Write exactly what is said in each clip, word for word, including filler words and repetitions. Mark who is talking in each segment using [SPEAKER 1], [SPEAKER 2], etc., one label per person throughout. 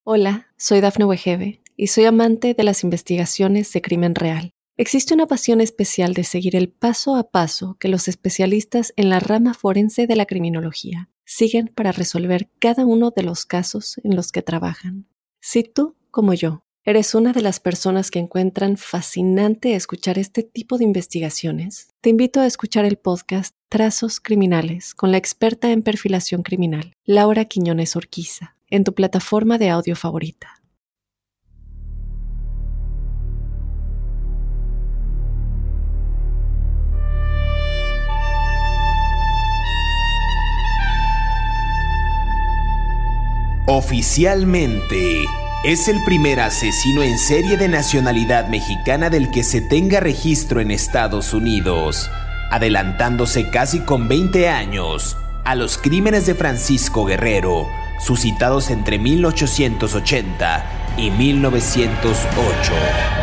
[SPEAKER 1] Hola, soy Dafne Wegebe y soy amante de las investigaciones de crimen real. Existe una pasión especial de seguir el paso a paso que los especialistas en la rama forense de la criminología siguen para resolver cada uno de los casos en los que trabajan. Si tú, como yo, eres una de las personas que encuentran fascinante escuchar este tipo de investigaciones, te invito a escuchar el podcast Trazos Criminales con la experta en perfilación criminal, Laura Quiñones Orquiza, en tu plataforma de audio favorita.
[SPEAKER 2] Oficialmente, es el primer asesino en serie de nacionalidad mexicana del que se tenga registro en Estados Unidos, adelantándose casi con veinte años a los crímenes de Francisco Guerrero, suscitados entre mil ochocientos ochenta y mil novecientos ocho.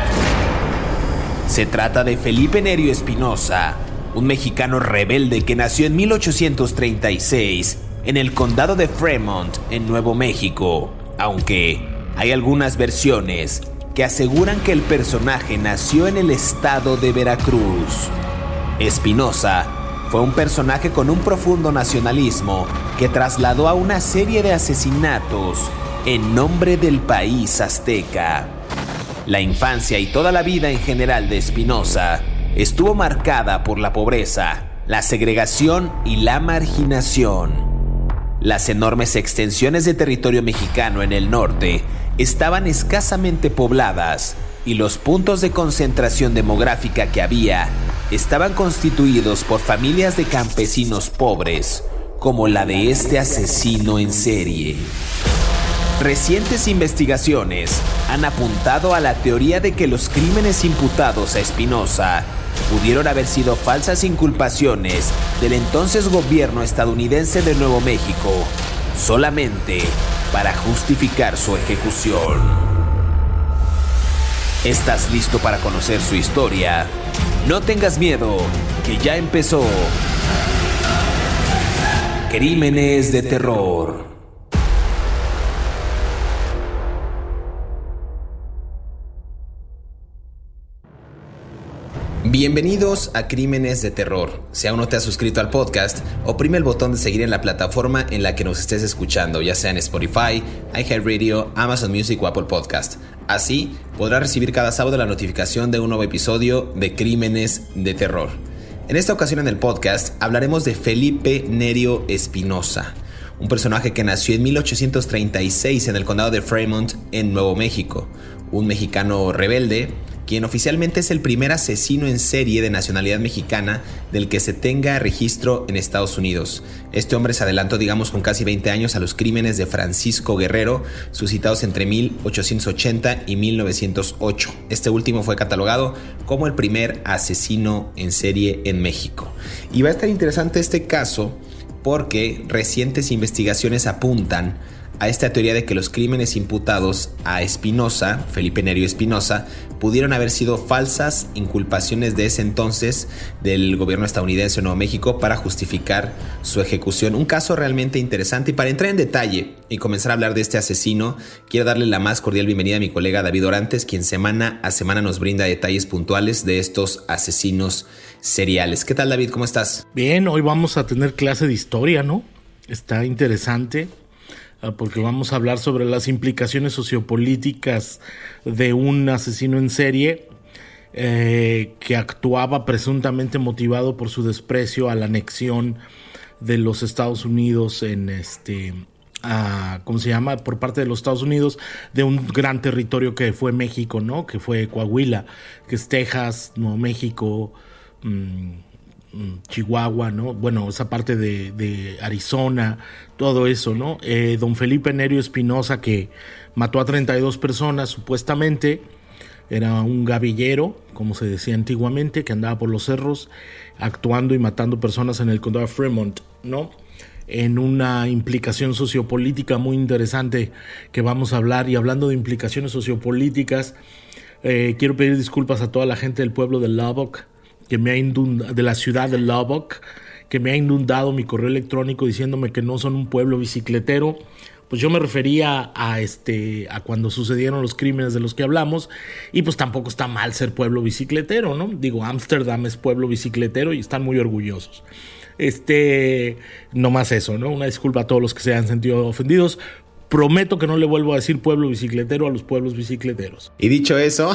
[SPEAKER 2] Se trata de Felipe Nerio Espinosa, un mexicano rebelde que nació en mil ochocientos treinta y seis en el condado de Fremont, en Nuevo México, aunque hay algunas versiones que aseguran que el personaje nació en el estado de Veracruz. Espinosa fue un personaje con un profundo nacionalismo que trasladó a una serie de asesinatos en nombre del país azteca. La infancia y toda la vida en general de Espinosa estuvo marcada por la pobreza, la segregación y la marginación. Las enormes extensiones de territorio mexicano en el norte estaban escasamente pobladas y los puntos de concentración demográfica que había estaban constituidos por familias de campesinos pobres, como la de este asesino en serie. Recientes investigaciones han apuntado a la teoría de que los crímenes imputados a Espinosa pudieron haber sido falsas inculpaciones del entonces gobierno estadounidense de Nuevo México, solamente para justificar su ejecución. ¿Estás listo para conocer su historia? No tengas miedo, que ya empezó. Crímenes de terror. Bienvenidos a Crímenes de Terror. Si aún no te has suscrito al podcast, oprime el botón de seguir en la plataforma en la que nos estés escuchando, ya sea en Spotify, iHeartRadio, Amazon Music o Apple Podcast. Así podrás recibir cada sábado la notificación de un nuevo episodio de Crímenes de Terror. En esta ocasión en el podcast hablaremos de Felipe Nerio Espinosa, un personaje que nació en mil ochocientos treinta y seis en el condado de Fremont, en Nuevo México, un mexicano rebelde, quien oficialmente es el primer asesino en serie de nacionalidad mexicana del que se tenga registro en Estados Unidos. Este hombre se adelantó, digamos, con casi veinte años a los crímenes de Francisco Guerrero, suscitados entre mil ochocientos ochenta y mil novecientos ocho. Este último fue catalogado como el primer asesino en serie en México. Y va a estar interesante este caso porque recientes investigaciones apuntan a esta teoría de que los crímenes imputados a Espinosa, Felipe Nerio Espinosa, pudieron haber sido falsas inculpaciones de ese entonces del gobierno estadounidense de Nuevo México para justificar su ejecución. Un caso realmente interesante, y para entrar en detalle y comenzar a hablar de este asesino, quiero darle la más cordial bienvenida a mi colega David Orantes, quien semana a semana nos brinda detalles puntuales de estos asesinos seriales. ¿Qué tal, David? ¿Cómo estás?
[SPEAKER 3] Bien, hoy vamos a tener clase de historia, ¿no? Está interesante, porque vamos a hablar sobre las implicaciones sociopolíticas de un asesino en serie eh, que actuaba presuntamente motivado por su desprecio a la anexión de los Estados Unidos en este, a, ¿cómo se llama? Por parte de los Estados Unidos de un gran territorio que fue México, ¿no? Que fue Coahuila, que es Texas, Nuevo México, mmm, Chihuahua, ¿no? Bueno, esa parte de, de Arizona, todo eso, ¿no? Eh, don Felipe Nerio Espinosa, que mató a treinta y dos personas, supuestamente, era un gavillero, como se decía antiguamente, que andaba por los cerros, actuando y matando personas en el condado de Fremont, ¿no? En una implicación sociopolítica muy interesante que vamos a hablar. Y hablando de implicaciones sociopolíticas, eh, quiero pedir disculpas a toda la gente del pueblo de Lubbock, que me ha inundado, de la ciudad de Lubbock, que me ha inundado mi correo electrónico diciéndome que no son un pueblo bicicletero, pues yo me refería a este a cuando sucedieron los crímenes de los que hablamos, y pues tampoco está mal ser pueblo bicicletero, ¿no? Digo, Ámsterdam es pueblo bicicletero y están muy orgullosos. Este, no más eso, ¿no? Una disculpa a todos los que se hayan sentido ofendidos. Prometo que no le vuelvo a decir pueblo bicicletero a los pueblos bicicleteros.
[SPEAKER 2] Y dicho eso,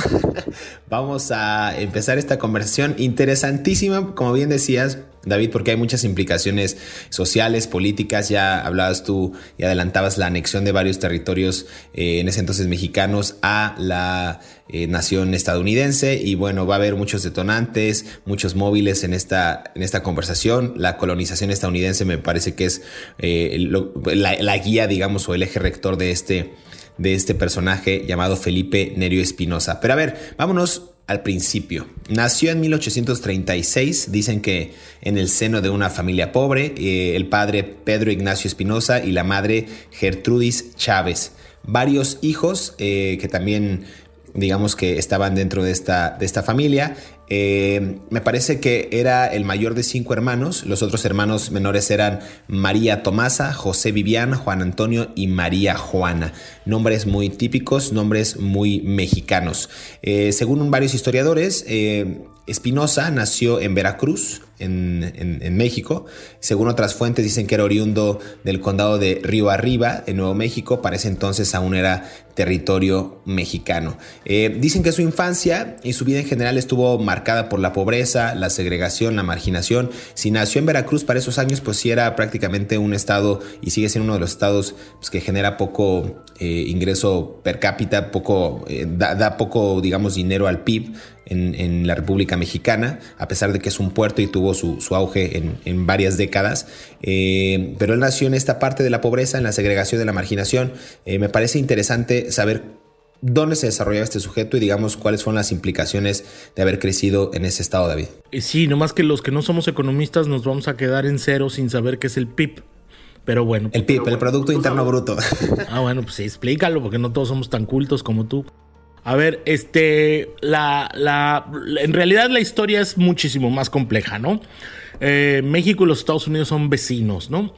[SPEAKER 2] vamos a empezar esta conversación interesantísima, como bien decías, David, porque hay muchas implicaciones sociales, políticas. Ya hablabas tú y adelantabas la anexión de varios territorios, eh, en ese entonces mexicanos, a la eh, nación estadounidense. Y bueno, va a haber muchos detonantes, muchos móviles en esta, en esta conversación. La colonización estadounidense me parece que es eh, lo, la, la guía, digamos, o el eje rector de este, de este personaje llamado Felipe Nerio Espinosa. Pero a ver, vámonos al principio. Nació en mil ochocientos treinta y seis, dicen que en el seno de una familia pobre, eh, el padre Pedro Ignacio Espinosa y la madre Gertrudis Chávez. Varios hijos eh, que también, digamos, que estaban dentro de esta, de esta familia. Eh, me parece que era el mayor de cinco hermanos. Los otros hermanos menores eran María Tomasa, José Vivian, Juan Antonio y María Juana. Nombres muy típicos, nombres muy mexicanos. Eh, según varios historiadores, eh, Espinosa nació en Veracruz, en, en, en México. Según otras fuentes dicen que era oriundo del condado de Río Arriba, en Nuevo México. Para ese entonces aún era territorio mexicano. Eh, dicen que su infancia y su vida en general estuvo marcada por la pobreza, la segregación, la marginación. Si nació en Veracruz para esos años, pues sí era prácticamente un estado, y sigue siendo uno de los estados pues, que genera poco eh, ingreso per cápita, poco, eh, da, da poco, digamos, dinero al P I B en, en la República Mexicana, a pesar de que es un puerto y tuvo su, su auge en, en varias décadas. Eh, pero él nació en esta parte de la pobreza, en la segregación, de la marginación. Eh, me parece interesante saber dónde se desarrollaba este sujeto y, digamos, cuáles fueron las implicaciones de haber crecido en ese estado, David.
[SPEAKER 3] Sí, nomás que los que no somos economistas nos vamos a quedar en cero sin saber qué es el P I B. Pero bueno.
[SPEAKER 2] El P I B,
[SPEAKER 3] pero
[SPEAKER 2] el Producto bueno, Interno Bruto.
[SPEAKER 3] Ah, bueno, pues sí, explícalo, porque no todos somos tan cultos como tú. A ver, este, la, la, en realidad la historia es muchísimo más compleja, ¿no? Eh, México y los Estados Unidos son vecinos, ¿no?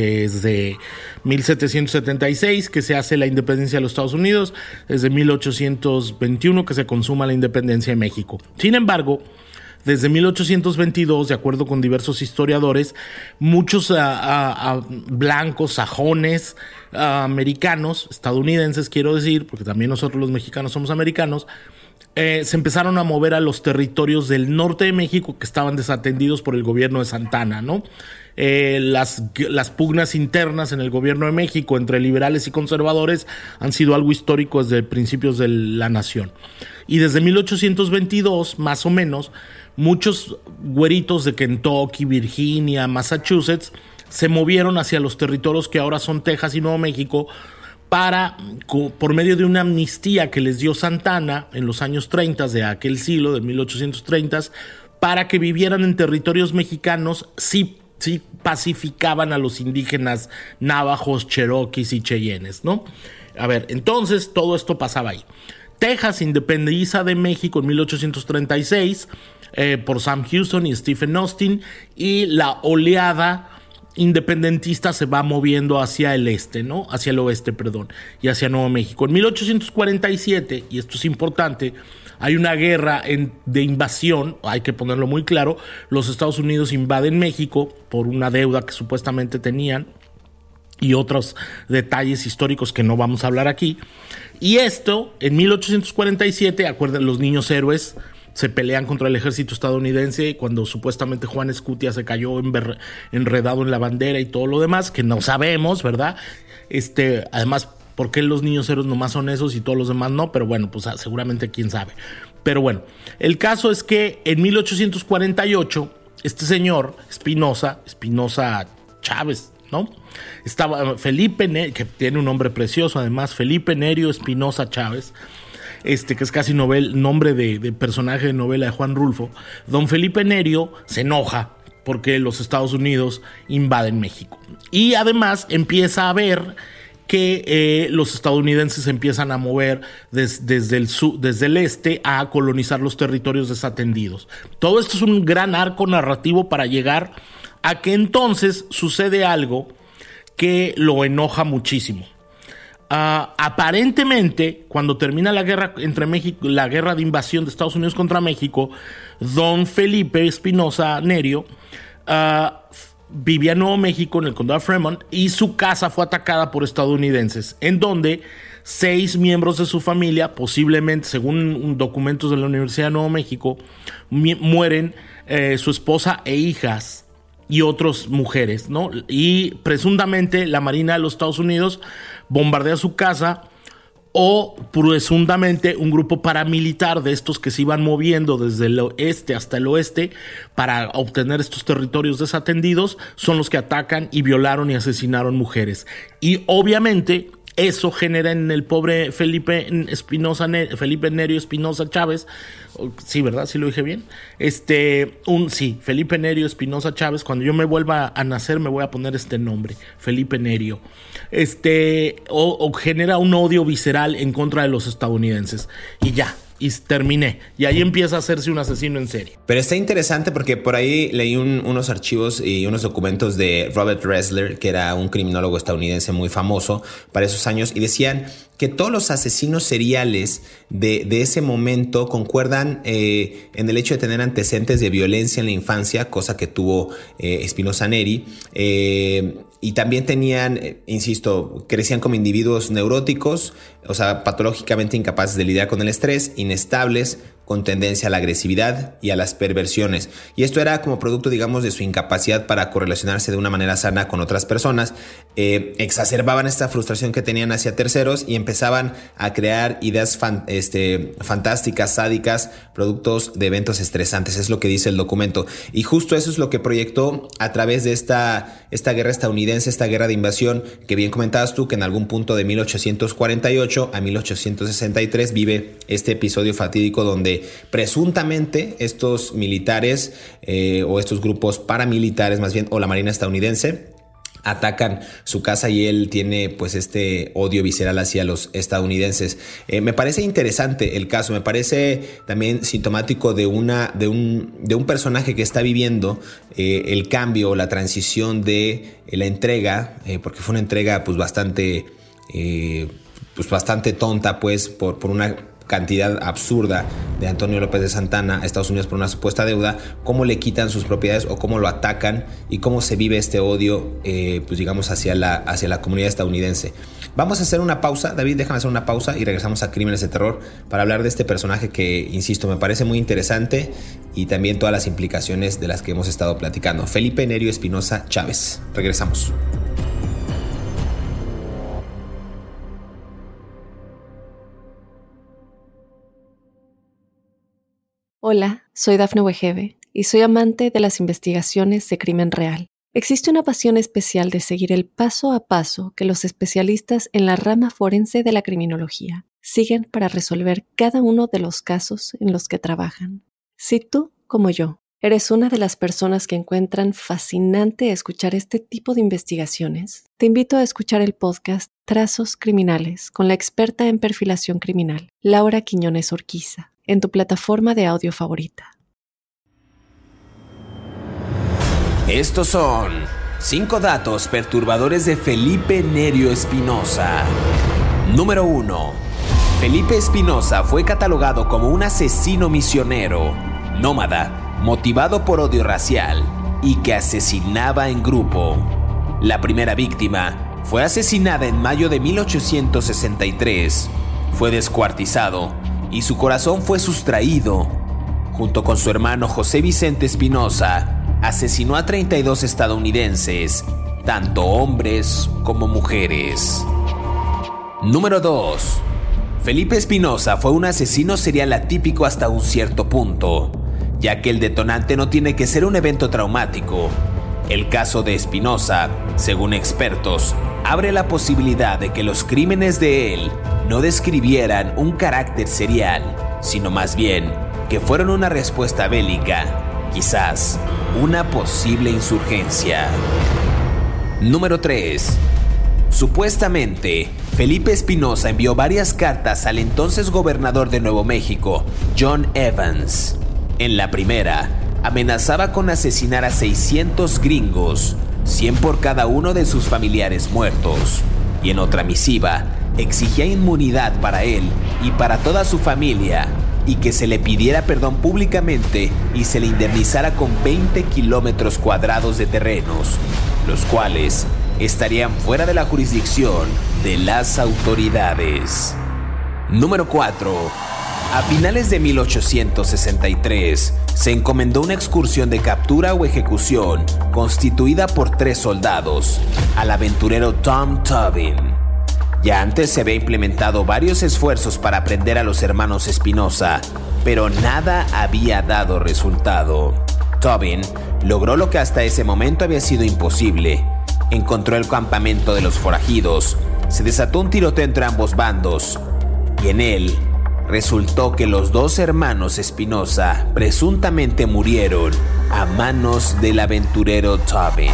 [SPEAKER 3] Desde mil setecientos setenta y seis, que se hace la independencia de los Estados Unidos, desde mil ochocientos veintiuno, que se consuma la independencia de México. Sin embargo, desde mil ochocientos veintidós, de acuerdo con diversos historiadores, muchos a, a, a blancos, sajones, a americanos, estadounidenses quiero decir, porque también nosotros los mexicanos somos americanos, eh, se empezaron a mover a los territorios del norte de México que estaban desatendidos por el gobierno de Santana, ¿no? Eh, las, las pugnas internas en el gobierno de México entre liberales y conservadores han sido algo histórico desde principios de la nación. Y desde mil ochocientos veintidós, más o menos, muchos güeritos de Kentucky, Virginia, Massachusetts se movieron hacia los territorios que ahora son Texas y Nuevo México para, por medio de una amnistía que les dio Santana en los años treinta de aquel siglo, de mil ochocientos treinta, para que vivieran en territorios mexicanos si, si pacificaban a los indígenas navajos, cherokees y cheyennes, ¿no? A ver, entonces todo esto pasaba ahí. Texas se independiza de México en mil ochocientos treinta y seis eh, por Sam Houston y Stephen Austin, y la oleada independentista se va moviendo hacia el este, ¿no? Hacia el oeste, perdón, y hacia Nuevo México. En mil ochocientos cuarenta y siete, y esto es importante, hay una guerra en, de invasión, hay que ponerlo muy claro. Los Estados Unidos invaden México por una deuda que supuestamente tenían y otros detalles históricos que no vamos a hablar aquí. Y esto, en mil ochocientos cuarenta y siete, acuerden, los niños héroes se pelean contra el ejército estadounidense cuando supuestamente Juan Escutia se cayó enver- enredado en la bandera y todo lo demás, que no sabemos, ¿verdad? Este, además, ¿por qué los niños héroes nomás son esos y todos los demás no? Pero bueno, pues seguramente quién sabe. Pero bueno, el caso es que en mil ochocientos cuarenta y ocho, este señor, Espinosa, Espinosa Chávez, ¿no? Estaba Felipe Nerio, que tiene un nombre precioso además, Felipe Nerio Espinosa Chávez, este que es casi novel, nombre de, de personaje de novela de Juan Rulfo. Don Felipe Nerio se enoja porque los Estados Unidos invaden México. Y además empieza a ver que eh, los estadounidenses empiezan a mover des, desde, el sur, desde el este a colonizar los territorios desatendidos. Todo esto es un gran arco narrativo para llegar a que entonces sucede algo que lo enoja muchísimo. Uh, aparentemente, cuando termina la guerra entre México, la guerra de invasión de Estados Unidos contra México, don Felipe Espinosa Nerio uh, vivía en Nuevo México, en el condado de Fremont, y su casa fue atacada por estadounidenses, en donde seis miembros de su familia, posiblemente, según documentos de la Universidad de Nuevo México, mueren, eh, su esposa e hijas y otras mujeres, ¿no? Y presuntamente la Marina de los Estados Unidos bombardea su casa, o presuntamente un grupo paramilitar de estos que se iban moviendo desde el oeste hasta el oeste para obtener estos territorios desatendidos son los que atacan y violaron y asesinaron mujeres. Y obviamente eso genera en el pobre Felipe Espinosa, Felipe Nerio Espinosa Chávez, sí, ¿verdad? ¿Sí lo dije bien? Este, un, sí, Felipe Nerio Espinosa Chávez. Cuando yo me vuelva a nacer me voy a poner este nombre, Felipe Nerio. Este, o, o genera un odio visceral en contra de los estadounidenses. Y ya. Y terminé. Y ahí empieza a hacerse un asesino en serie.
[SPEAKER 2] Pero está interesante porque por ahí leí un, unos archivos y unos documentos de Robert Ressler, que era un criminólogo estadounidense muy famoso para esos años, y decían que todos los asesinos seriales de, de ese momento concuerdan eh, en el hecho de tener antecedentes de violencia en la infancia, cosa que tuvo eh, Espinosa Neri, eh, y también tenían, eh, insisto, crecían como individuos neuróticos, o sea, patológicamente incapaces de lidiar con el estrés, inestables, con tendencia a la agresividad y a las perversiones. Y esto era como producto, digamos, de su incapacidad para correlacionarse de una manera sana con otras personas. Eh, exacerbaban esta frustración que tenían hacia terceros y empezaban a crear ideas fan, este, fantásticas, sádicas, productos de eventos estresantes. Es lo que dice el documento. Y justo eso es lo que proyectó a través de esta, esta guerra estadounidense, esta guerra de invasión, que bien comentabas tú, que en algún punto de mil ochocientos cuarenta y ocho a mil ochocientos sesenta y tres vive este episodio fatídico donde presuntamente estos militares eh, o estos grupos paramilitares más bien, o la Marina estadounidense, atacan su casa y él tiene pues este odio visceral hacia los estadounidenses. Eh, me parece interesante el caso, me parece también sintomático de, una, de, un, de un personaje que está viviendo eh, el cambio, la transición de eh, la entrega, eh, porque fue una entrega pues bastante, eh, pues, bastante tonta pues por, por una cantidad absurda de Antonio López de Santana a Estados Unidos por una supuesta deuda, cómo le quitan sus propiedades o cómo lo atacan y cómo se vive este odio, eh, pues digamos, hacia la, hacia la comunidad estadounidense. Vamos a hacer una pausa, David, déjame hacer una pausa y regresamos a Crímenes de Terror para hablar de este personaje que, insisto, me parece muy interesante y también todas las implicaciones de las que hemos estado platicando. Felipe Nerio Espinosa Chávez. Regresamos.
[SPEAKER 1] Hola, soy Dafne Wegebe y soy amante de las investigaciones de crimen real. Existe una pasión especial de seguir el paso a paso que los especialistas en la rama forense de la criminología siguen para resolver cada uno de los casos en los que trabajan. Si tú, como yo, eres una de las personas que encuentran fascinante escuchar este tipo de investigaciones, te invito a escuchar el podcast Trazos Criminales con la experta en perfilación criminal, Laura Quiñones Orquiza, en tu plataforma de audio favorita.
[SPEAKER 2] Estos son cinco datos perturbadores de Felipe Nerio Espinosa. Número uno. Felipe Espinosa fue catalogado como un asesino misionero, nómada, motivado por odio racial y que asesinaba en grupo. La primera víctima fue asesinada en mayo de mil ochocientos sesenta y tres. Fue descuartizado y su corazón fue sustraído. Junto con su hermano José Vicente Espinosa, asesinó a treinta y dos estadounidenses, tanto hombres como mujeres. Número dos. Felipe Espinosa fue un asesino serial atípico hasta un cierto punto, ya que el detonante no tiene que ser un evento traumático. El caso de Espinosa, según expertos, abre la posibilidad de que los crímenes de él no describieran un carácter serial, sino más bien que fueron una respuesta bélica, quizás una posible insurgencia. Número tres. Supuestamente, Felipe Espinosa envió varias cartas al entonces gobernador de Nuevo México, John Evans. En la primera, amenazaba con asesinar a seiscientos gringos, cien por cada uno de sus familiares muertos. Y en otra misiva, exigía inmunidad para él y para toda su familia, y que se le pidiera perdón públicamente y se le indemnizara con veinte kilómetros cuadrados de terrenos, los cuales estarían fuera de la jurisdicción de las autoridades. Número cuatro. A finales de mil ochocientos sesenta y tres, se encomendó una excursión de captura o ejecución constituida por tres soldados al aventurero Tom Tobin. Ya antes se había implementado varios esfuerzos para prender a los hermanos Espinosa, pero nada había dado resultado. Tobin logró lo que hasta ese momento había sido imposible. Encontró el campamento de los forajidos, se desató un tiroteo entre ambos bandos, y en él resultó que los dos hermanos Espinosa presuntamente murieron a manos del aventurero Tobin.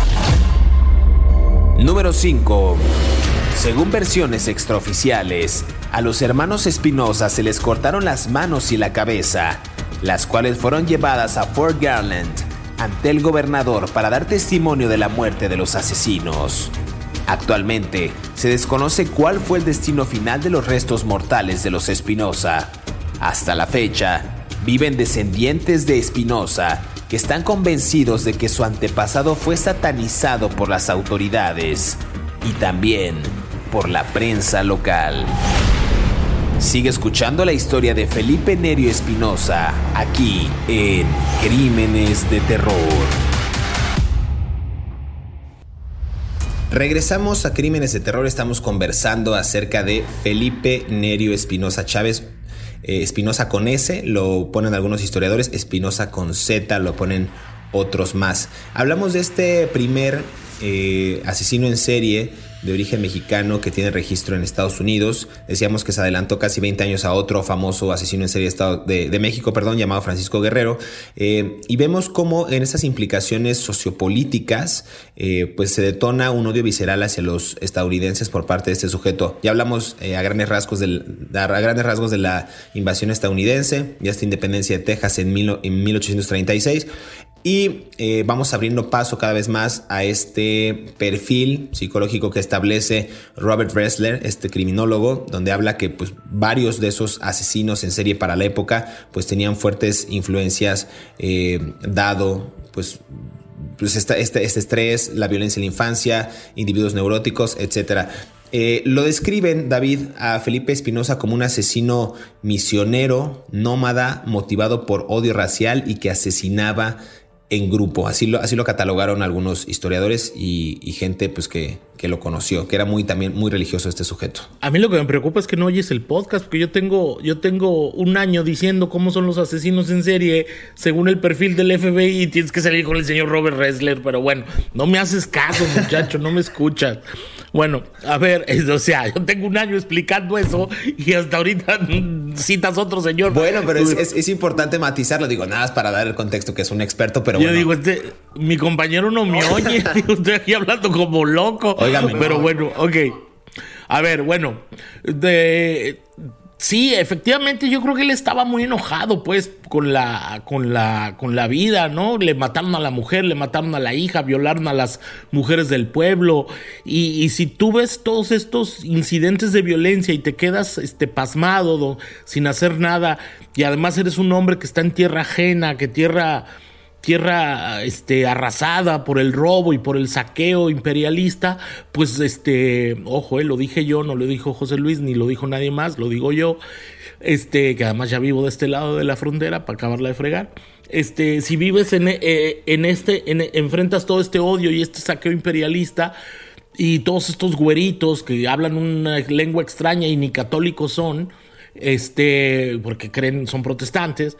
[SPEAKER 2] Número cinco. Según versiones extraoficiales, a los hermanos Espinosa se les cortaron las manos y la cabeza, las cuales fueron llevadas a Fort Garland ante el gobernador para dar testimonio de la muerte de los asesinos. Actualmente, se desconoce cuál fue el destino final de los restos mortales de los Espinosa. Hasta la fecha, viven descendientes de Espinosa que están convencidos de que su antepasado fue satanizado por las autoridades y también por la prensa local. Sigue escuchando la historia de Felipe Nerio Espinosa aquí en Crímenes de Terror. Regresamos a Crímenes de Terror. Estamos conversando acerca de Felipe Nerio Espinosa Chávez. Eh, Espinosa con S, lo ponen algunos historiadores. Espinosa con Z, lo ponen otros más. Hablamos de este primer eh, asesino en serie de origen mexicano que tiene registro en Estados Unidos. Decíamos que se adelantó casi veinte años a otro famoso asesino en serie de, Estado, de, de México, perdón, llamado Francisco Guerrero. Eh, y vemos cómo en esas implicaciones sociopolíticas eh, pues se detona un odio visceral hacia los estadounidenses por parte de este sujeto. Ya hablamos eh, a, grandes rasgos del, a grandes rasgos de la invasión estadounidense y esta independencia de Texas en, mil, en mil ochocientos treinta y seis. Y eh, vamos abriendo paso cada vez más a este perfil psicológico que establece Robert Ressler, este criminólogo, donde habla que pues, varios de esos asesinos en serie para la época pues, tenían fuertes influencias eh, dado pues, pues esta, este, este estrés, la violencia en la infancia, individuos neuróticos, etcétera. Eh, lo describen, David, a Felipe Espinosa como un asesino misionero, nómada, motivado por odio racial y que asesinaba en grupo. Así lo, así lo catalogaron algunos historiadores y, y gente pues, que, que lo conoció, que era muy, también muy religioso este sujeto.
[SPEAKER 3] A mí lo que me preocupa es que no oyes el podcast, porque yo tengo, yo tengo un año diciendo cómo son los asesinos en serie según el perfil del F B I y tienes que salir con el señor Robert Ressler, pero bueno, no me haces caso, muchacho, no me escuchas. Bueno, a ver, o sea, yo tengo un año explicando eso y hasta ahorita citas otro señor.
[SPEAKER 2] Bueno, pero es, es, es importante matizarlo. Digo, nada más para dar el contexto que es un experto, pero
[SPEAKER 3] yo
[SPEAKER 2] bueno.
[SPEAKER 3] digo, este, mi compañero no me oye, estoy aquí hablando como loco.
[SPEAKER 2] Óigame,
[SPEAKER 3] pero
[SPEAKER 2] no.
[SPEAKER 3] bueno, ok. A ver, bueno, de... Sí, efectivamente, yo creo que él estaba muy enojado, pues, con la, con la, con la vida, ¿no? Le mataron a la mujer, le mataron a la hija, violaron a las mujeres del pueblo. Y, y si tú ves todos estos incidentes de violencia y te quedas, este, pasmado, do, sin hacer nada, y además eres un hombre que está en tierra ajena, que tierra... tierra este, arrasada por el robo y por el saqueo imperialista, pues este, ojo, eh, lo dije yo, no lo dijo José Luis, ni lo dijo nadie más, lo digo yo, este, que además ya vivo de este lado de la frontera para acabarla de fregar. Este, si vives en, eh, en este, en, enfrentas todo este odio y este saqueo imperialista y todos estos güeritos que hablan una lengua extraña y ni católicos son, este, porque creen, son protestantes.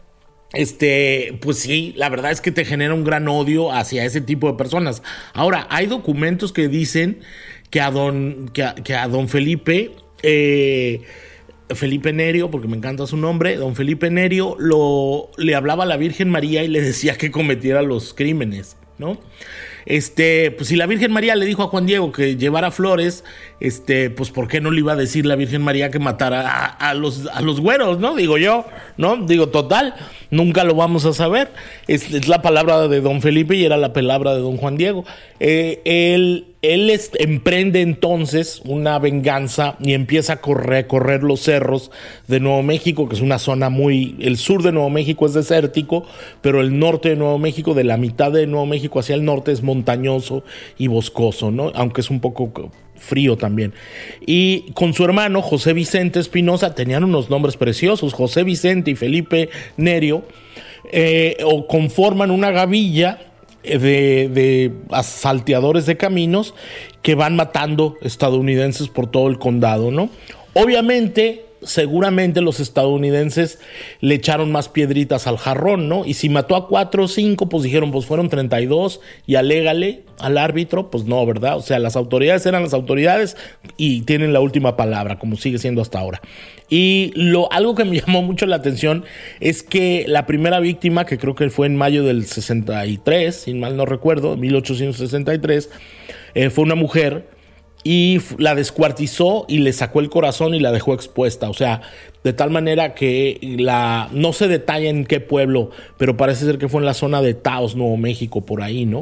[SPEAKER 3] Este, pues sí, la verdad es que te genera un gran odio hacia ese tipo de personas. Ahora, hay documentos que dicen que a don, que a, que a don Felipe, eh, Felipe Nerio, porque me encanta su nombre, don Felipe Nerio, lo, le hablaba a la Virgen María y le decía que cometiera los crímenes, ¿no? Este, pues si la Virgen María le dijo a Juan Diego que llevara flores, este, pues ¿por qué no le iba a decir la Virgen María que matara a, a los, a los güeros, no? Digo yo, ¿no? Digo, total, nunca lo vamos a saber. Es, es la palabra de don Felipe y era la palabra de don Juan Diego. Eh, él, Él es, emprende entonces una venganza y empieza a correr, correr los cerros de Nuevo México, que es una zona muy... El sur de Nuevo México es desértico, pero el norte de Nuevo México, de la mitad de Nuevo México hacia el norte, es montañoso y boscoso, ¿no? Aunque es un poco frío también. Y con su hermano, José Vicente Espinosa, tenían unos nombres preciosos, José Vicente y Felipe Nerio, eh, o conforman una gavilla De, de salteadores de caminos que van matando estadounidenses por todo el condado, ¿no? Obviamente, seguramente los estadounidenses le echaron más piedritas al jarrón, ¿no? Y si mató a cuatro o cinco, pues dijeron, pues fueron treinta y dos y alégale al árbitro, pues no, ¿verdad? O sea, las autoridades eran las autoridades y tienen la última palabra, como sigue siendo hasta ahora. Y lo, algo que me llamó mucho la atención es que la primera víctima, que creo que fue en mayo del sesenta y tres, si mal no recuerdo, mil ochocientos sesenta y tres, eh, fue una mujer y la descuartizó y le sacó el corazón y la dejó expuesta. O sea, de tal manera que la no se detalla en qué pueblo, pero parece ser que fue en la zona de Taos, Nuevo México, por ahí, ¿no?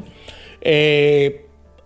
[SPEAKER 3] Eh,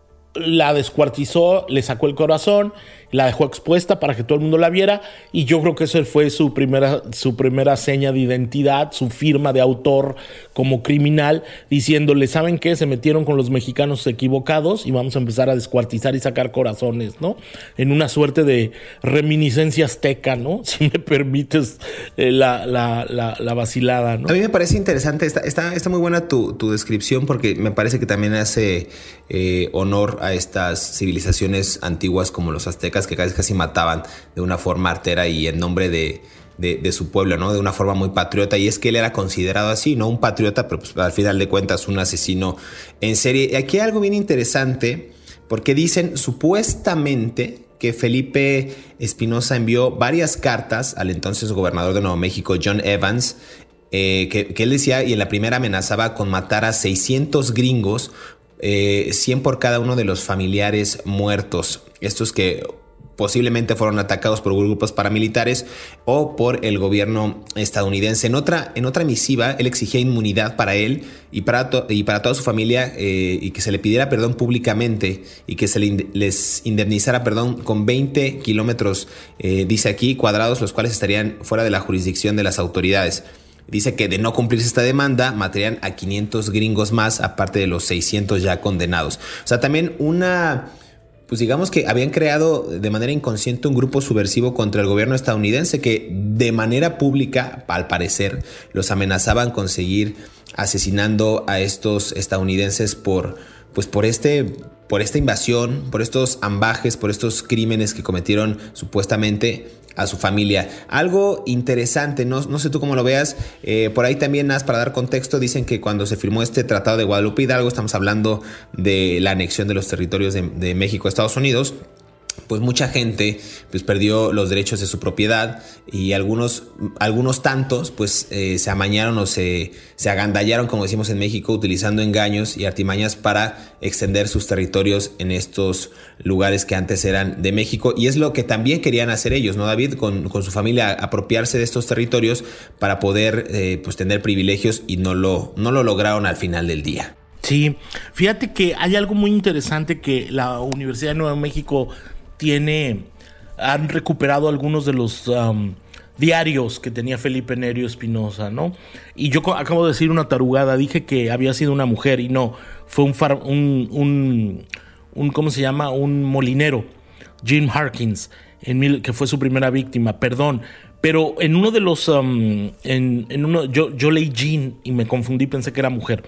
[SPEAKER 3] la descuartizó, le sacó el corazón, la dejó expuesta para que todo el mundo la viera, y yo creo que eso fue su primera, su primera seña de identidad, su firma de autor como criminal, diciéndole, ¿saben qué? Se metieron con los mexicanos equivocados y vamos a empezar a descuartizar y sacar corazones, ¿no? En una suerte de reminiscencia azteca, ¿no? Si me permites eh, la, la, la, la vacilada, ¿no?
[SPEAKER 2] A mí me parece interesante, está, está, está muy buena tu, tu descripción, porque me parece que también hace eh, honor a estas civilizaciones antiguas como los aztecas, que casi, casi mataban de una forma artera y en nombre de, de, de su pueblo, ¿no? De una forma muy patriota. Y es que él era considerado así, ¿no? Un patriota, pero pues, al final de cuentas un asesino en serie. Y aquí hay algo bien interesante, porque dicen supuestamente que Felipe Espinosa envió varias cartas al entonces gobernador de Nuevo México, John Evans, eh, que, que él decía, y en la primera amenazaba con matar a seiscientos gringos, eh, cien por cada uno de los familiares muertos. Estos que posiblemente fueron atacados por grupos paramilitares o por el gobierno estadounidense. En otra, en otra misiva, él exigía inmunidad para él y para, to- y para toda su familia, eh, y que se le pidiera perdón públicamente y que se le ind- les indemnizara perdón con veinte kilómetros, eh, dice aquí, cuadrados, los cuales estarían fuera de la jurisdicción de las autoridades. Dice que de no cumplirse esta demanda, matarían a quinientos gringos más, aparte de los seiscientos ya condenados. O sea, también una... Pues digamos que habían creado de manera inconsciente un grupo subversivo contra el gobierno estadounidense que de manera pública, al parecer, los amenazaban con seguir asesinando a estos estadounidenses por, pues por este, por esta invasión, por estos ambajes, por estos crímenes que cometieron supuestamente a su familia. Algo interesante, no, no sé tú cómo lo veas, eh, por ahí también, más para dar contexto, dicen que cuando se firmó este tratado de Guadalupe Hidalgo, estamos hablando de la anexión de los territorios de, de México a Estados Unidos, pues mucha gente pues perdió los derechos de su propiedad y algunos, algunos tantos pues eh, se amañaron o se, se agandallaron, como decimos en México, utilizando engaños y artimañas para extender sus territorios en estos lugares que antes eran de México, y es lo que también querían hacer ellos, ¿no, David? Con, con su familia, apropiarse de estos territorios para poder eh, pues tener privilegios, y no lo, no lo lograron al final del día.
[SPEAKER 3] Sí, fíjate que hay algo muy interesante que la Universidad de Nuevo México tiene, han recuperado algunos de los um, diarios que tenía Felipe Nerio Espinosa, ¿no? Y yo acabo de decir una tarugada, dije que había sido una mujer y no, fue un, far, un, un, un ¿cómo se llama? Un molinero, Jim Harkins, en mil, que fue su primera víctima, perdón. Pero en uno de los, um, en, en uno, yo, yo leí Jean y me confundí, pensé que era mujer.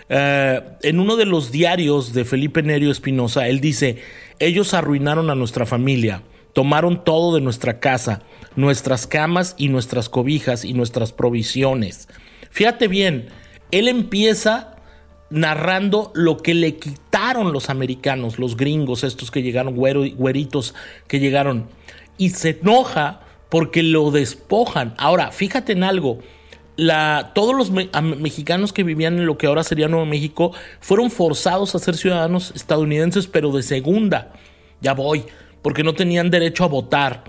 [SPEAKER 3] Uh, en uno de los diarios de Felipe Nerio Espinosa, él dice: ellos arruinaron a nuestra familia, tomaron todo de nuestra casa, nuestras camas y nuestras cobijas y nuestras provisiones. Fíjate bien, él empieza narrando lo que le quitaron los americanos, los gringos, estos que llegaron, güero, güeritos que llegaron, y se enoja porque lo despojan. Ahora, fíjate en algo. La, todos los me, a, mexicanos que vivían en lo que ahora sería Nuevo México fueron forzados a ser ciudadanos estadounidenses, pero de segunda. Ya voy, porque no tenían derecho a votar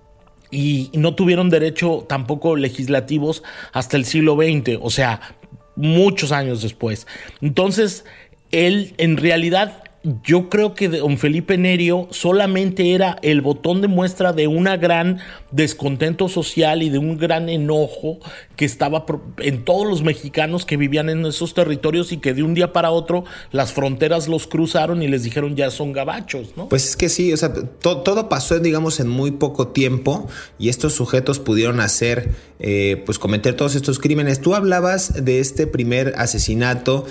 [SPEAKER 3] y, y no tuvieron derecho tampoco legislativos hasta el siglo veinte, o sea, muchos años después. Entonces, él en realidad yo creo que don Felipe Nerio solamente era el botón de muestra de un gran descontento social y de un gran enojo que estaba en todos los mexicanos que vivían en esos territorios y que de un día para otro las fronteras los cruzaron y les dijeron ya son gabachos, ¿no?
[SPEAKER 2] Pues es que sí, o sea, to- todo pasó, digamos, en muy poco tiempo y estos sujetos pudieron hacer, eh, pues cometer todos estos crímenes. Tú hablabas de este primer asesinato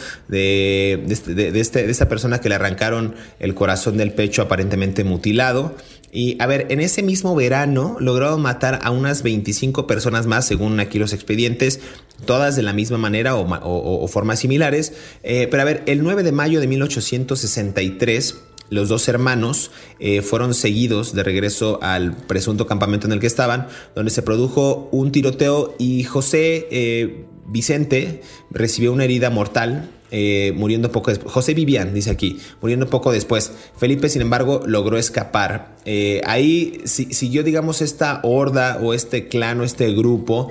[SPEAKER 2] de, de, de, de, este, de esta persona que le arrancaron el corazón del pecho aparentemente mutilado. Y a ver, en ese mismo verano lograron matar a unas veinticinco personas más, según aquí los expedientes, todas de la misma manera o, o, o formas similares. Eh, pero a ver, el nueve de mayo de mil ochocientos sesenta y tres, los dos hermanos eh, fueron seguidos de regreso al presunto campamento en el que estaban, donde se produjo un tiroteo y José eh, Vicente recibió una herida mortal. Eh, muriendo poco después. José Vivian, dice aquí, muriendo poco después. Felipe, sin embargo, logró escapar. Eh, ahí si, siguió, digamos, esta horda o este clan o este grupo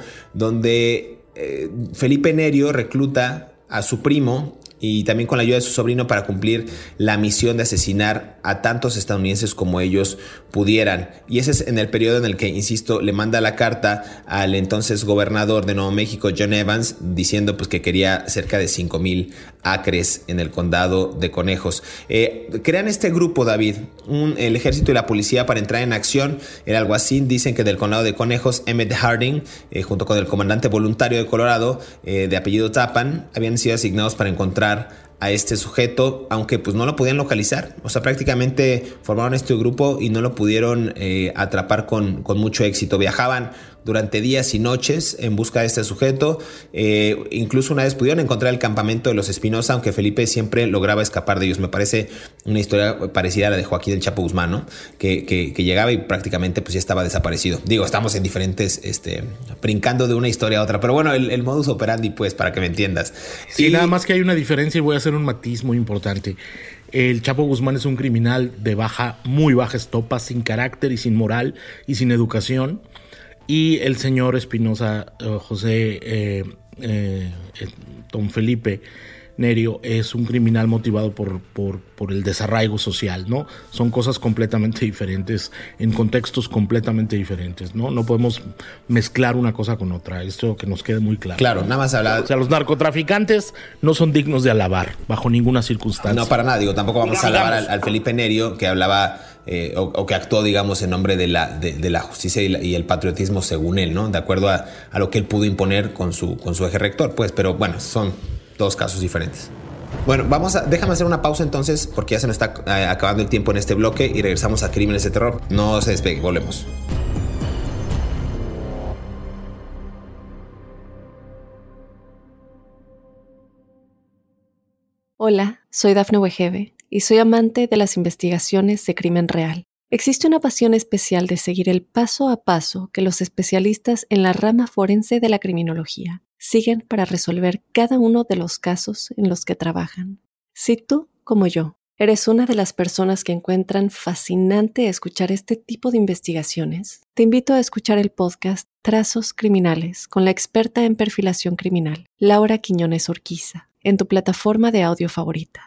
[SPEAKER 2] donde eh, Felipe Nerio recluta a su primo y también con la ayuda de su sobrino para cumplir la misión de asesinar a tantos estadounidenses como ellos pudieran. Y ese es en el periodo en el que, insisto, le manda la carta al entonces gobernador de Nuevo México, John Evans, diciendo pues que quería cerca de cinco mil acres en el condado de Conejos. Eh, crean este grupo, David, un, el ejército y la policía para entrar en acción. El alguacil, dicen que del condado de Conejos, Emmett Harding, eh, junto con el comandante voluntario de Colorado, eh, de apellido Tappan, habían sido asignados para encontrar a este sujeto, aunque pues no lo podían localizar. O sea, prácticamente formaron este grupo y no lo pudieron eh, atrapar con, con mucho éxito. Viajaban durante días y noches en busca de este sujeto. Eh, incluso una vez pudieron encontrar el campamento de los Espinosa, aunque Felipe siempre lograba escapar de ellos. Me parece una historia parecida a la de Joaquín el Chapo Guzmán, ¿no? Que, que, que llegaba y prácticamente pues ya estaba desaparecido. Digo, estamos en diferentes, este, brincando de una historia a otra, pero bueno, el, el modus operandi, pues, para que me entiendas.
[SPEAKER 3] Sí,
[SPEAKER 2] y
[SPEAKER 3] nada más que hay una diferencia y voy a hacer un matiz muy importante. El Chapo Guzmán es un criminal de baja, muy baja estopa, sin carácter y sin moral y sin educación. Y el señor Espinosa, uh, José, eh, eh, don Felipe Nerio, es un criminal motivado por, por, por el desarraigo social, ¿no? Son cosas completamente diferentes, en contextos completamente diferentes, ¿no? No podemos mezclar una cosa con otra, esto que nos quede muy claro.
[SPEAKER 2] Claro, nada más hablar.
[SPEAKER 3] O sea, los narcotraficantes no son dignos de alabar, bajo ninguna circunstancia.
[SPEAKER 2] No, para nada, digo, tampoco vamos a alabar al, al Felipe Nerio, que hablaba eh, o, o que actuó, digamos, en nombre de la, de, de la justicia y, la, y el patriotismo, según él, ¿no? De acuerdo a, a lo que él pudo imponer con su, con su eje rector, pues, pero bueno, son dos casos diferentes. Bueno, vamos a, déjame hacer una pausa entonces, porque ya se nos está eh, acabando el tiempo en este bloque y regresamos a Crímenes de Terror. No se despegue, volvemos.
[SPEAKER 1] Hola, soy Dafne Wegebe y soy amante de las investigaciones de crimen real. Existe una pasión especial de seguir el paso a paso que los especialistas en la rama forense de la criminología siguen para resolver cada uno de los casos en los que trabajan. Si tú, como yo, eres una de las personas que encuentran fascinante escuchar este tipo de investigaciones, te invito a escuchar el podcast Trazos Criminales con la experta en perfilación criminal, Laura Quiñones Orquiza, en tu plataforma de audio favorita.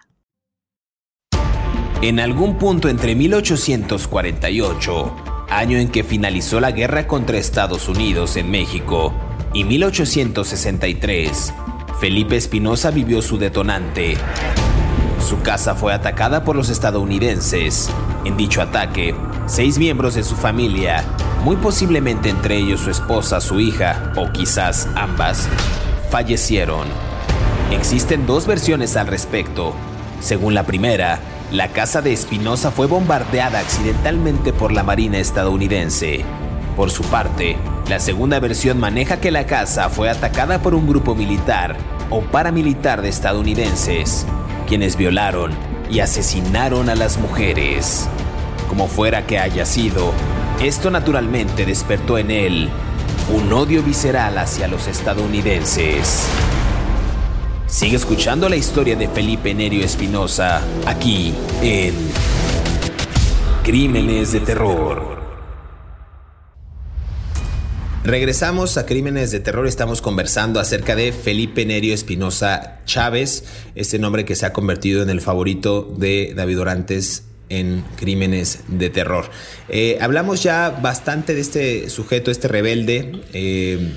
[SPEAKER 2] En algún punto entre mil ochocientos cuarenta y ocho, año en que finalizó la guerra contra Estados Unidos en México, y mil ochocientos sesenta y tres, Felipe Espinosa vivió su detonante. Su casa fue atacada por los estadounidenses. En dicho ataque, seis miembros de su familia, muy posiblemente entre ellos su esposa, su hija, o quizás ambas, fallecieron. Existen dos versiones al respecto. Según la primera, la casa de Espinosa fue bombardeada accidentalmente por la Marina estadounidense. Por su parte, la segunda versión maneja que la casa fue atacada por un grupo militar o paramilitar de estadounidenses, quienes violaron y asesinaron a las mujeres. Como fuera que haya sido, esto naturalmente despertó en él un odio visceral hacia los estadounidenses. Sigue escuchando la historia de Felipe Nerio Espinosa, aquí en Crímenes de Terror. Regresamos a Crímenes de Terror. Estamos conversando acerca de Felipe Nerio Espinosa Chávez, este nombre que se ha convertido en el favorito de David Orantes en Crímenes de Terror. Eh, hablamos ya bastante de este sujeto, este rebelde eh,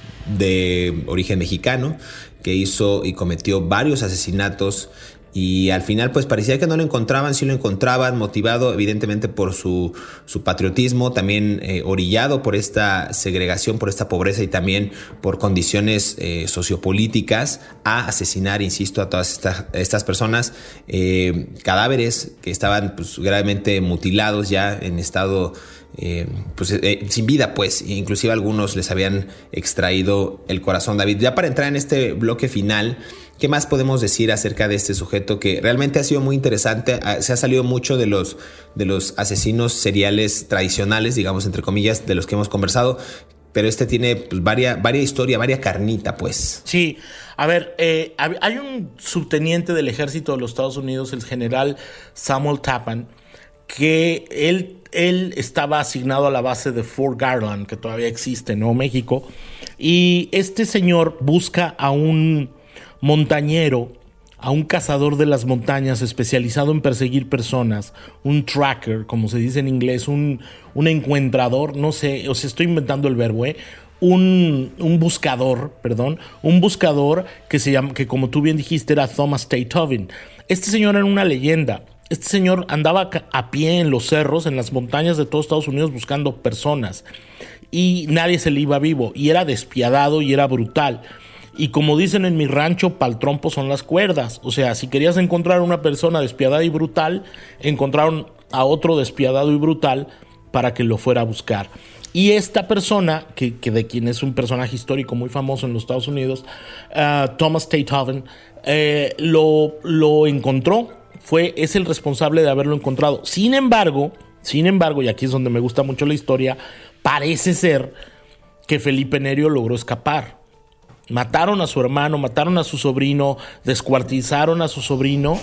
[SPEAKER 2] de origen mexicano que hizo y cometió varios asesinatos. Y al final pues parecía que no lo encontraban, sí lo encontraban, motivado evidentemente por su, su patriotismo, también eh, orillado por esta segregación, por esta pobreza y también por condiciones eh, sociopolíticas, a asesinar, insisto, a todas estas, estas personas, eh, cadáveres que estaban pues gravemente mutilados ya en estado Eh, pues eh, sin vida, pues inclusive algunos les habían extraído el corazón. David, ya para entrar en este bloque final, ¿qué más podemos decir acerca de este sujeto que realmente ha sido muy interesante? Se ha salido mucho de los, de los asesinos seriales tradicionales, digamos, entre comillas, de los que hemos conversado, pero este tiene pues, varias, varias historia, varias carnita, pues.
[SPEAKER 3] Sí, a ver, eh, hay un subteniente del ejército de los Estados Unidos, el general Samuel Tappan, que él, él estaba asignado a la base de Fort Garland, que todavía existe en Nuevo México, y este señor busca a un montañero, a un cazador de las montañas especializado en perseguir personas, un tracker, como se dice en inglés, un, un encuentrador, no sé, o sea, estoy inventando el verbo, ¿eh? Un, un buscador, perdón, un buscador que se llama, que como tú bien dijiste, era Thomas Tate Tobin. Este señor era una leyenda. Este señor andaba a pie en los cerros, en las montañas de todos Estados Unidos buscando personas y nadie se le iba vivo, y era despiadado y era brutal. Y como dicen en mi rancho, pa'l trompo son las cuerdas. O sea, si querías encontrar a una persona despiadada y brutal, encontraron a otro despiadado y brutal para que lo fuera a buscar. Y esta persona, que, que de quien es un personaje histórico muy famoso en los Estados Unidos, uh, Thomas Tate Tobin, eh, lo, lo encontró. Fue, es el responsable de haberlo encontrado. Sin embargo, sin embargo, y aquí es donde me gusta mucho la historia, parece ser que Felipe Nerio logró escapar. Mataron a su hermano, mataron a su sobrino, descuartizaron a su sobrino,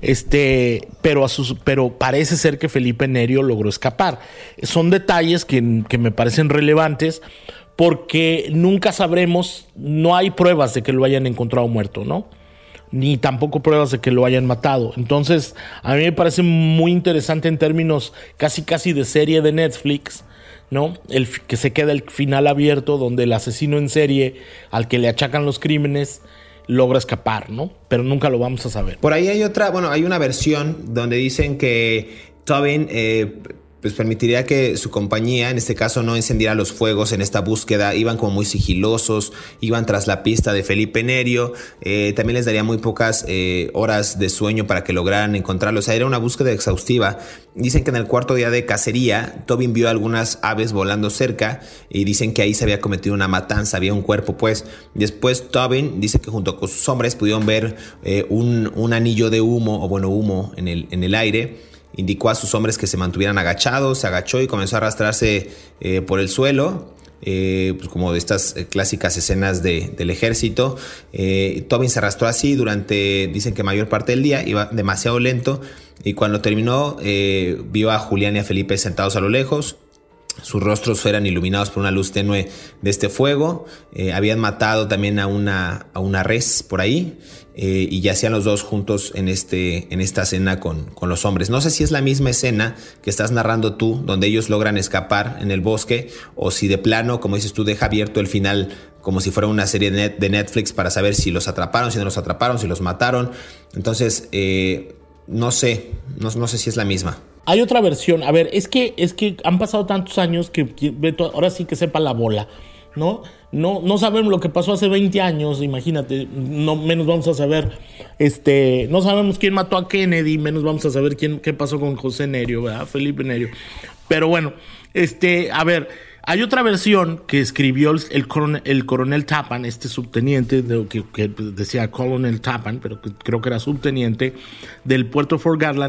[SPEAKER 3] este, pero, a sus, pero parece ser que Felipe Nerio logró escapar. Son detalles que, que me parecen relevantes porque nunca sabremos, no hay pruebas de que lo hayan encontrado muerto, ¿no? Ni tampoco pruebas de que lo hayan matado. Entonces, a mí me parece muy interesante en términos casi casi de serie de Netflix, ¿no? El que se queda el final abierto donde el asesino en serie al que le achacan los crímenes logra escapar, ¿no? Pero nunca lo vamos a saber.
[SPEAKER 2] Por ahí hay otra, bueno, hay una versión donde dicen que Tobin eh, pues permitiría que su compañía, en este caso, no encendiera los fuegos en esta búsqueda. Iban como muy sigilosos, iban tras la pista de Felipe Nerio. Eh, también les daría muy pocas eh, horas de sueño para que lograran encontrarlo. O sea, era una búsqueda exhaustiva. Dicen que en el cuarto día de cacería, Tobin vio algunas aves volando cerca y dicen que ahí se había cometido una matanza, había un cuerpo, pues. Después Tobin dice que junto con sus hombres pudieron ver eh, un, un anillo de humo, o bueno, humo en el, en el aire. Indicó a sus hombres que se mantuvieran agachados, se agachó y comenzó a arrastrarse eh, por el suelo, eh, pues como de estas eh, clásicas escenas de, del ejército. Eh, Tobin se arrastró así durante, dicen que mayor parte del día, iba demasiado lento, y cuando terminó eh, vio a Julián y a Felipe sentados a lo lejos. Sus rostros fueran iluminados por una luz tenue de este fuego. Eh, habían matado también a una, a una res por ahí. Eh, y yacían los dos juntos en, este, en esta escena con, con los hombres. No sé si es la misma escena que estás narrando tú, donde ellos logran escapar en el bosque, o si de plano, como dices tú, deja abierto el final como si fuera una serie de, net, de Netflix para saber si los atraparon, si no los atraparon, si los mataron. Entonces, eh, no sé, no, no sé si es la misma.
[SPEAKER 3] Hay otra versión. A ver, es que, es que han pasado tantos años que, que ahora sí que sepa la bola, ¿no? No, no sabemos lo que pasó hace veinte años, imagínate, no menos vamos a saber, este, no sabemos quién mató a Kennedy, menos vamos a saber quién, qué pasó con José Nerio, ¿verdad? Felipe Nerio. Pero bueno, este, a ver, hay otra versión que escribió el, el, coronel, el coronel Tappan, este subteniente, de, que, que decía Colonel Tappan, pero que creo que era subteniente del puerto Fort Garland,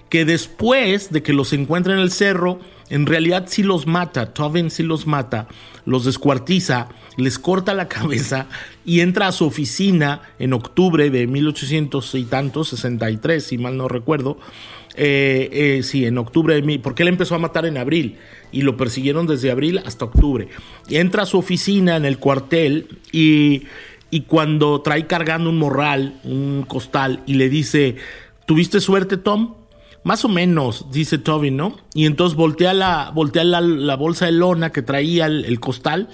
[SPEAKER 3] que después de que los encuentra en el cerro, en realidad sí los mata, Tobin sí los mata, los descuartiza, les corta la cabeza y entra a su oficina en octubre de mil ochocientos y tantos, sesenta y tres, si mal no recuerdo. Eh, eh, sí, en octubre de mil, porque él empezó a matar en abril y lo persiguieron desde abril hasta octubre. Y entra a su oficina en el cuartel y, y cuando trae cargando un morral, un costal, y le dice: ¿tuviste suerte, Tom? Más o menos, dice Tobin, ¿no? Y entonces voltea la, voltea la, la bolsa de lona que traía el, el costal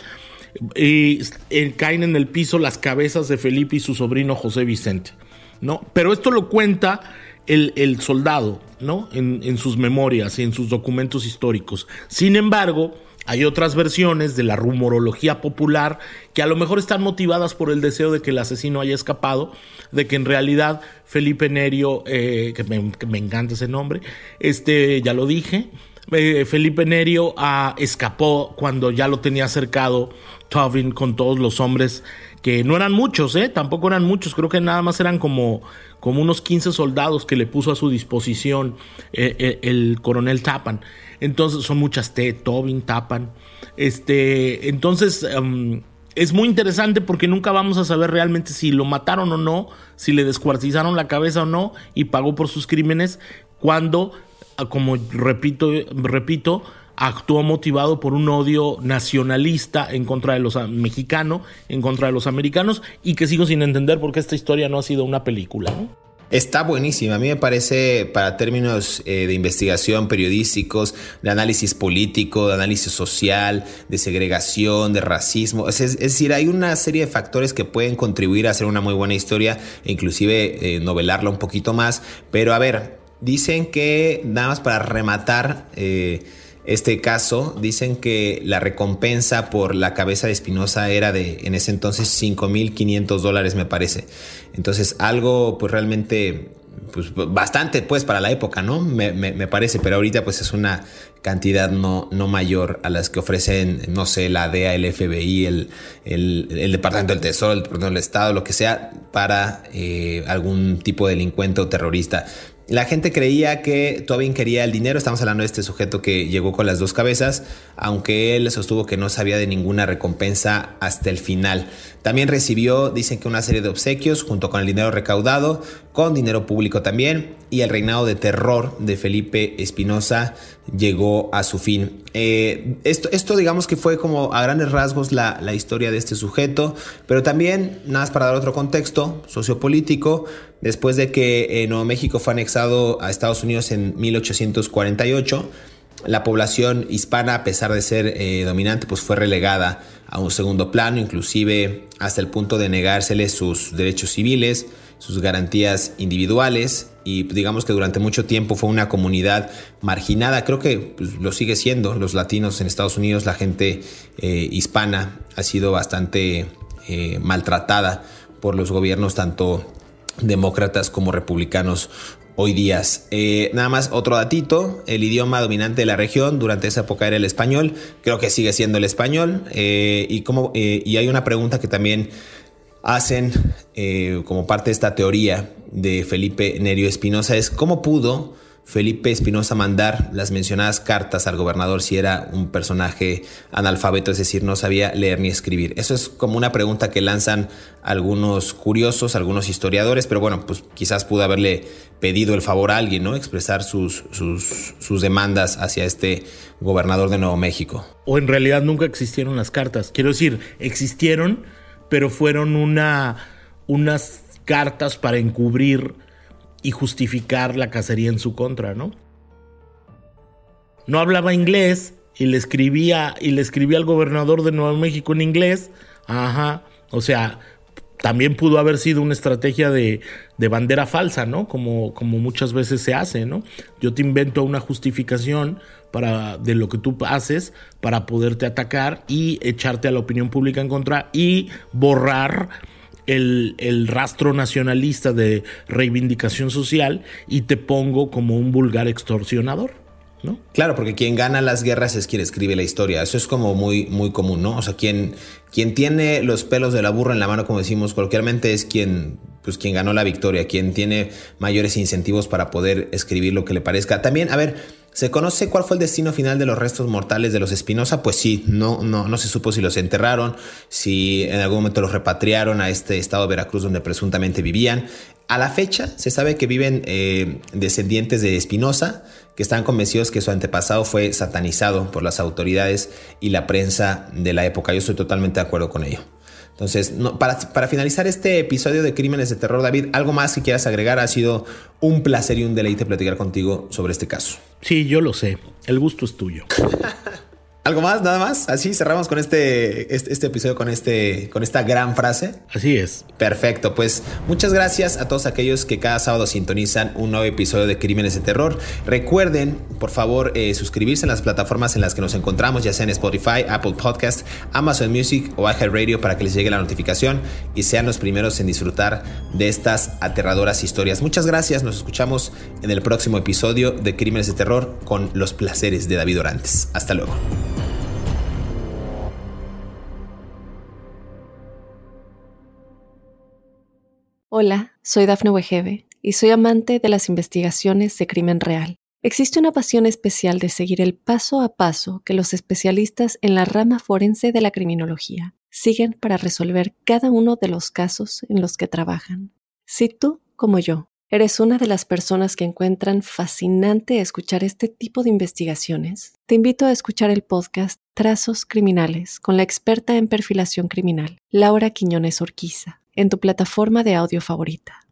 [SPEAKER 3] y eh, caen en el piso las cabezas de Felipe y su sobrino José Vicente, ¿no? Pero esto lo cuenta el, el soldado, ¿no? En, en sus memorias y en sus documentos históricos. Sin embargo, hay otras versiones de la rumorología popular que a lo mejor están motivadas por el deseo de que el asesino haya escapado, de que en realidad Felipe Nerio, eh, que, me, que me encanta ese nombre, este, ya lo dije, eh, Felipe Nerio ah, escapó cuando ya lo tenía cercado Tobin con todos los hombres, que no eran muchos, eh, tampoco eran muchos, creo que nada más eran como, como unos quince soldados que le puso a su disposición eh, eh, el coronel Tappan. Entonces son muchas T, Tobin, Tappan. Este, entonces um, es muy interesante porque nunca vamos a saber realmente si lo mataron o no, si le descuartizaron la cabeza o no y pagó por sus crímenes, cuando, como repito, repito, actuó motivado por un odio nacionalista en contra de los mexicanos, en contra de los americanos, y que sigo sin entender por qué esta historia no ha sido una película, ¿no?
[SPEAKER 2] Está buenísima. A mí me parece, para términos eh, de investigación, periodísticos, de análisis político, de análisis social, de segregación, de racismo. Es, es decir, hay una serie de factores que pueden contribuir a hacer una muy buena historia e inclusive eh, novelarla un poquito más. Pero a ver, dicen que, nada más para rematar eh, este caso, dicen que la recompensa por la cabeza de Espinosa era de, en ese entonces, cinco mil quinientos dólares, me parece. Entonces, algo pues realmente, pues bastante pues para la época, ¿no? Me, me, me parece, pero ahorita pues es una cantidad no, no mayor a las que ofrecen, no sé, la D E A, el F B I, el, el, el Departamento del Tesoro, el Departamento del Estado, lo que sea, para eh, algún tipo de delincuente o terrorista. La gente creía que Tobin quería el dinero. Estamos hablando de este sujeto que llegó con las dos cabezas, aunque él sostuvo que no sabía de ninguna recompensa hasta el final. También recibió, dicen que una serie de obsequios junto con el dinero recaudado, con dinero público también, y el reinado de terror de Felipe Espinosa llegó a su fin. Eh, esto, esto digamos que fue como a grandes rasgos la, la historia de este sujeto, pero también, nada más para dar otro contexto sociopolítico, después de que eh, Nuevo México fue anexado a Estados Unidos en mil ochocientos cuarenta y ocho, la población hispana, a pesar de ser eh, dominante, pues fue relegada a un segundo plano, inclusive hasta el punto de negársele sus derechos civiles, sus garantías individuales, y digamos que durante mucho tiempo fue una comunidad marginada. Creo que pues, lo sigue siendo. Los latinos en Estados Unidos, la gente eh, hispana ha sido bastante eh, maltratada por los gobiernos tanto demócratas como republicanos hoy días. Eh, nada más otro datito: el idioma dominante de la región durante esa época era el español. Creo que sigue siendo el español. Eh, y, como, eh, y hay una pregunta que también hacen eh, como parte de esta teoría de Felipe Nerio Espinosa, es cómo pudo Felipe Espinosa mandar las mencionadas cartas al gobernador si era un personaje analfabeto, es decir, no sabía leer ni escribir. Eso es como una pregunta que lanzan algunos curiosos, algunos historiadores, pero bueno, pues quizás pudo haberle pedido el favor a alguien, ¿no? Expresar sus, sus, sus demandas hacia este gobernador de Nuevo México.
[SPEAKER 3] O en realidad nunca existieron las cartas. Quiero decir, existieron, pero fueron una, unas cartas para encubrir y justificar la cacería en su contra, ¿no? No hablaba inglés y le escribía y le escribía al gobernador de Nuevo México en inglés. Ajá, o sea, también pudo haber sido una estrategia de, de bandera falsa, ¿no? Como, como muchas veces se hace, ¿no? Yo te invento una justificación para, de lo que tú haces para poderte atacar y echarte a la opinión pública en contra y borrar El, el rastro nacionalista de reivindicación social y te pongo como un vulgar extorsionador, ¿no?
[SPEAKER 2] Claro, porque quien gana las guerras es quien escribe la historia. Eso es como muy, muy común, ¿no? O sea, quien, quien tiene los pelos de la burra en la mano, como decimos coloquialmente, es quien pues quien ganó la victoria, quien tiene mayores incentivos para poder escribir lo que le parezca. También, a ver, ¿se conoce cuál fue el destino final de los restos mortales de los Espinosa? Pues sí, no, no, no se supo si los enterraron, si en algún momento los repatriaron a este estado de Veracruz donde presuntamente vivían. A la fecha se sabe que viven eh, descendientes de Espinosa que están convencidos que su antepasado fue satanizado por las autoridades y la prensa de la época. Yo estoy totalmente de acuerdo con ello. Entonces, no, para, para finalizar este episodio de Crímenes de Terror, David, ¿algo más que quieras agregar? Ha sido un placer y un deleite platicar contigo sobre este caso.
[SPEAKER 3] Sí, yo lo sé. El gusto es tuyo.
[SPEAKER 2] ¿Algo más? ¿Nada más? Así cerramos con este, este, este episodio con, este, con esta gran frase.
[SPEAKER 3] Así es.
[SPEAKER 2] Perfecto, pues muchas gracias a todos aquellos que cada sábado sintonizan un nuevo episodio de Crímenes de Terror. Recuerden, por favor, eh, suscribirse en las plataformas en las que nos encontramos, ya sea en Spotify, Apple Podcast, Amazon Music o iHeartRadio, para que les llegue la notificación y sean los primeros en disfrutar de estas aterradoras historias. Muchas gracias, nos escuchamos en el próximo episodio de Crímenes de Terror con los placeres de David Orantes. Hasta luego.
[SPEAKER 1] Hola, soy Dafne Wegebe y soy amante de las investigaciones de crimen real. Existe una pasión especial de seguir el paso a paso que los especialistas en la rama forense de la criminología siguen para resolver cada uno de los casos en los que trabajan. Si tú, como yo, eres una de las personas que encuentran fascinante escuchar este tipo de investigaciones, te invito a escuchar el podcast Trazos Criminales con la experta en perfilación criminal, Laura Quiñones Orquiza, en tu plataforma de audio favorita.